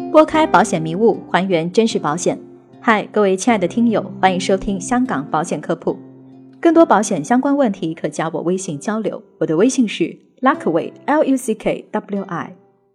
拨开保险迷雾，还原真实保险。嗨，各位亲爱的听友，欢迎收听香港保险科普。更多保险相关问题可加我微信交流，我的微信是 Luckway LUCKWI。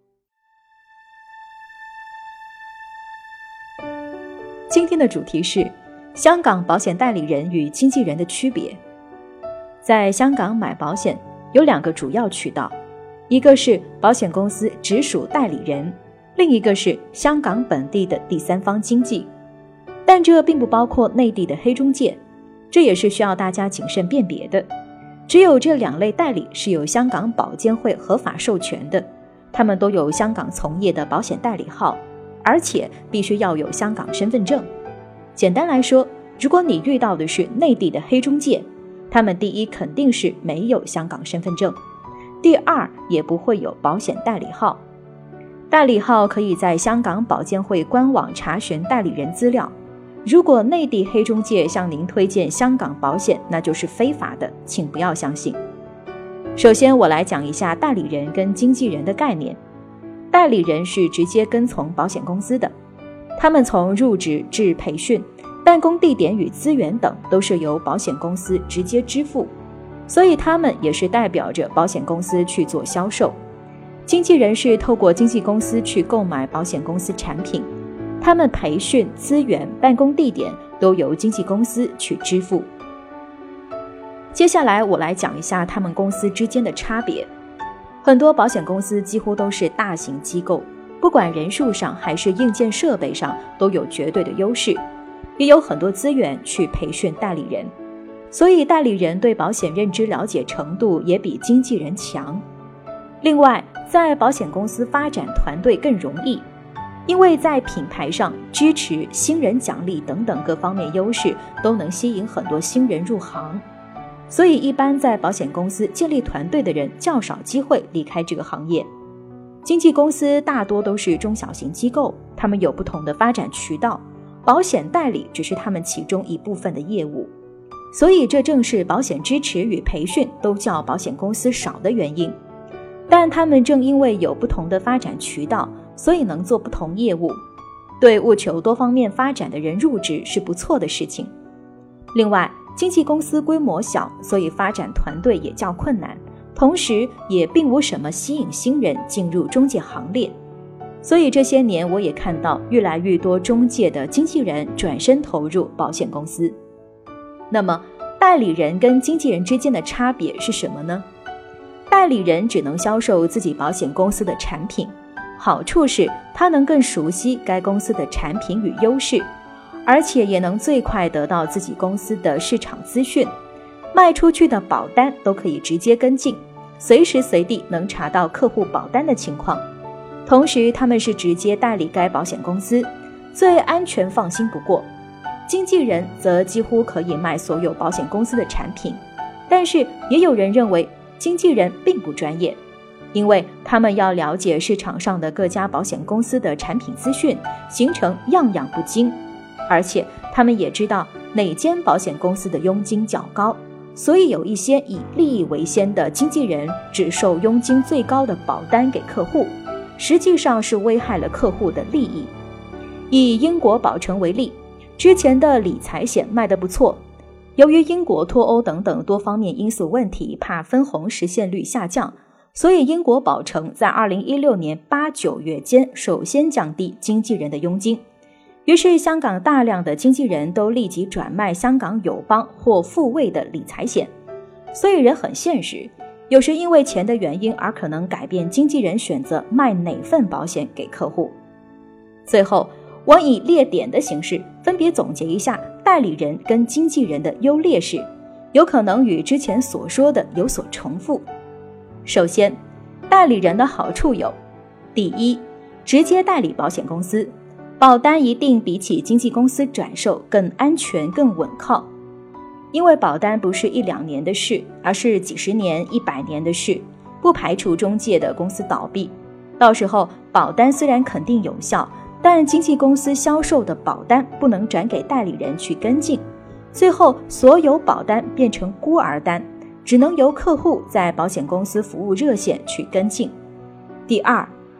今天的主题是香港保险代理人与经纪人的区别。在香港买保险有两个主要渠道，一个是保险公司直属代理人，另一个是香港本地的第三方经纪。但这并不包括内地的黑中介，这也是需要大家谨慎辨别的。只有这两类代理是由香港保监会合法授权的，他们都有香港从业的保险代理号，而且必须要有香港身份证。简单来说，如果你遇到的是内地的黑中介，他们第一肯定是没有香港身份证，第二也不会有保险代理号。代理号可以在香港保监会官网查询代理人资料。如果内地黑中介向您推荐香港保险，那就是非法的，请不要相信。首先我来讲一下代理人跟经纪人的概念。代理人是直接跟从保险公司的，他们从入职至培训、办公地点与资源等都是由保险公司直接支付，所以他们也是代表着保险公司去做销售。经纪人是透过经纪公司去购买保险公司产品，他们培训、资源、办公地点都由经纪公司去支付。接下来我来讲一下他们公司之间的差别。很多保险公司几乎都是大型机构，不管人数上还是硬件设备上都有绝对的优势，也有很多资源去培训代理人，所以代理人对保险认知了解程度也比经纪人强。另外，在保险公司发展团队更容易，因为在品牌上、支持、新人奖励等等各方面优势都能吸引很多新人入行，所以一般在保险公司建立团队的人较少机会离开这个行业。经纪公司大多都是中小型机构，他们有不同的发展渠道，保险代理只是他们其中一部分的业务，所以这正是保险支持与培训都较保险公司少的原因。但他们正因为有不同的发展渠道，所以能做不同业务，对务求多方面发展的人入职是不错的事情。另外，经纪公司规模小，所以发展团队也较困难，同时也并无什么吸引新人进入中介行列。所以这些年我也看到越来越多中介的经纪人转身投入保险公司。那么，代理人跟经纪人之间的差别是什么呢？代理人只能销售自己保险公司的产品，好处是他能更熟悉该公司的产品与优势，而且也能最快得到自己公司的市场资讯，卖出去的保单都可以直接跟进，随时随地能查到客户保单的情况。同时他们是直接代理该保险公司，最安全放心不过。经纪人则几乎可以卖所有保险公司的产品，但是也有人认为经纪人并不专业，因为他们要了解市场上的各家保险公司的产品资讯，形成样样不精，而且他们也知道哪间保险公司的佣金较高，所以有一些以利益为先的经纪人只售佣金最高的保单给客户，实际上是危害了客户的利益。以英国保诚为例，之前的理财险卖得不错，由于英国脱欧等等多方面因素问题，怕分红实现率下降，所以英国保诚在2016年8、9月间首先降低经纪人的佣金。于是香港大量的经纪人都立即转卖香港友邦或富卫的理财险。所以人很现实，有时因为钱的原因而可能改变经纪人选择卖哪份保险给客户。最后，我以列点的形式分别总结一下代理人跟经纪人的优劣势，有可能与之前所说的有所重复。首先，代理人的好处有：第一，直接代理保险公司，保单一定比起经纪公司转售更安全、更稳靠。因为保单不是1、2年的事，而是几十年、100年的事，不排除中介的公司倒闭。到时候保单虽然肯定有效，但经纪公司销售的保单不能转给代理人去跟进，最后所有保单变成孤儿单，只能由客户在保险公司服务热线去跟进。第二，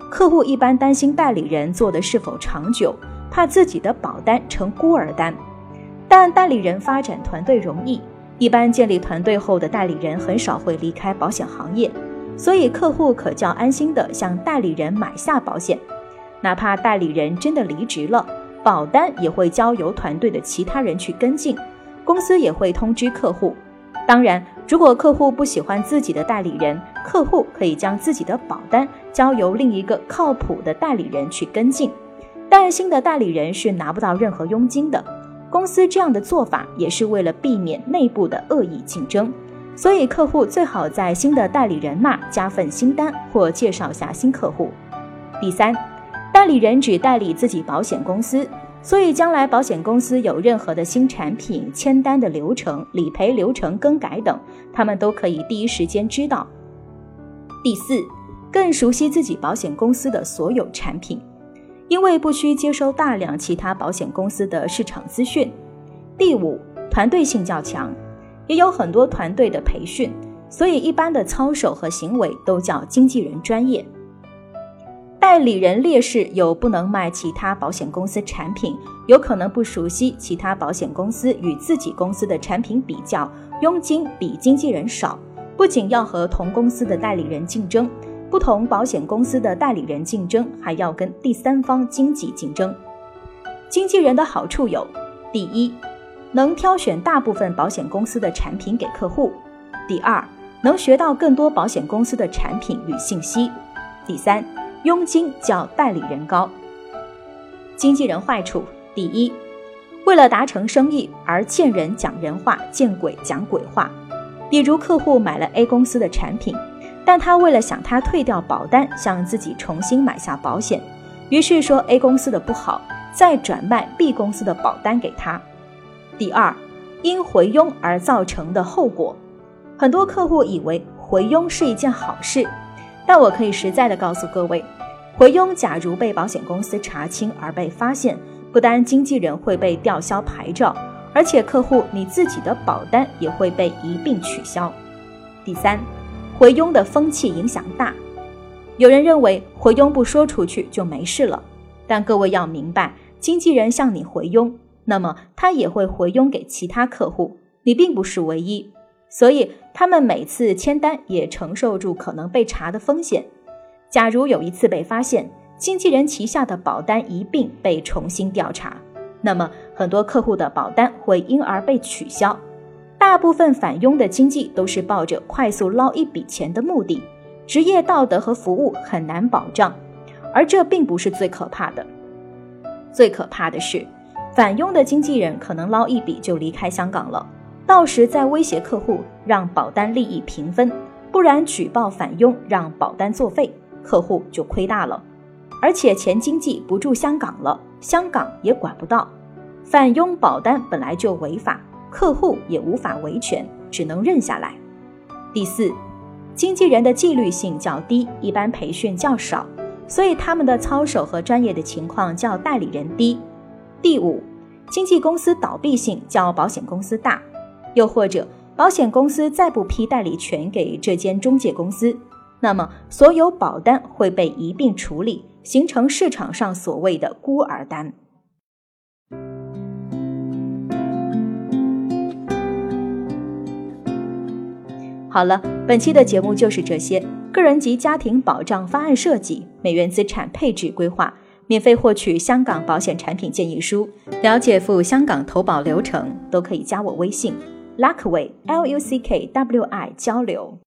客户一般担心代理人做的是否长久，怕自己的保单成孤儿单。但代理人发展团队容易，一般建立团队后的代理人很少会离开保险行业，所以客户可较安心地向代理人买下保险。哪怕代理人真的离职了，保单也会交由团队的其他人去跟进，公司也会通知客户。当然，如果客户不喜欢自己的代理人，客户可以将自己的保单交由另一个靠谱的代理人去跟进，但新的代理人是拿不到任何佣金的。公司这样的做法也是为了避免内部的恶意竞争，所以客户最好在新的代理人那加份新单或介绍下新客户。第三，代理人只代理自己保险公司，所以将来保险公司有任何的新产品、签单的流程、理赔流程更改等，他们都可以第一时间知道。第四，更熟悉自己保险公司的所有产品，因为不需接收大量其他保险公司的市场资讯。第五，团队性较强，也有很多团队的培训，所以一般的操守和行为都较经纪人专业。代理人劣势有不能卖其他保险公司产品，有可能不熟悉其他保险公司与自己公司的产品比较，佣金比经纪人少，不仅要和同公司的代理人竞争，不同保险公司的代理人竞争，还要跟第三方经纪竞争。经纪人的好处有：第一，能挑选大部分保险公司的产品给客户；第二，能学到更多保险公司的产品与信息；第三，佣金较代理人高。经纪人坏处：第一，为了达成生意而见人讲人话，见鬼讲鬼话。比如客户买了 A 公司的产品，但他为了想他退掉保单，向自己重新买下保险，于是说 A 公司的不好，再转卖 B 公司的保单给他。第二，因回佣而造成的后果。很多客户以为回佣是一件好事，但我可以实在地告诉各位，回佣假如被保险公司查清而被发现，不单经纪人会被吊销牌照，而且客户你自己的保单也会被一并取消。第三，回佣的风气影响大。有人认为回佣不说出去就没事了，但各位要明白，经纪人向你回佣，那么他也会回佣给其他客户，你并不是唯一，所以他们每次签单也承受住可能被查的风险。假如有一次被发现，经纪人旗下的保单一并被重新调查，那么很多客户的保单会因而被取消。大部分反佣的经纪都是抱着快速捞一笔钱的目的，职业道德和服务很难保障，而这并不是最可怕的。最可怕的是，反佣的经纪人可能捞一笔就离开香港了，到时再威胁客户让保单利益平分，不然举报反佣让保单作废，客户就亏大了。而且前经纪不驻香港了，香港也管不到。反佣保单本来就违法，客户也无法维权，只能认下来。第四，经纪人的纪律性较低，一般培训较少，所以他们的操守和专业的情况较代理人低。第五，经纪公司倒闭性较保险公司大，又或者保险公司再不批代理权给这间中介公司，那么所有保单会被一并处理，形成市场上所谓的孤儿单。好了，本期的节目就是这些。个人及家庭保障方案设计、美元资产配置规划，免费获取香港保险产品建议书，了解赴香港投保流程，都可以加我微信 Luckway LUCKWI 交流。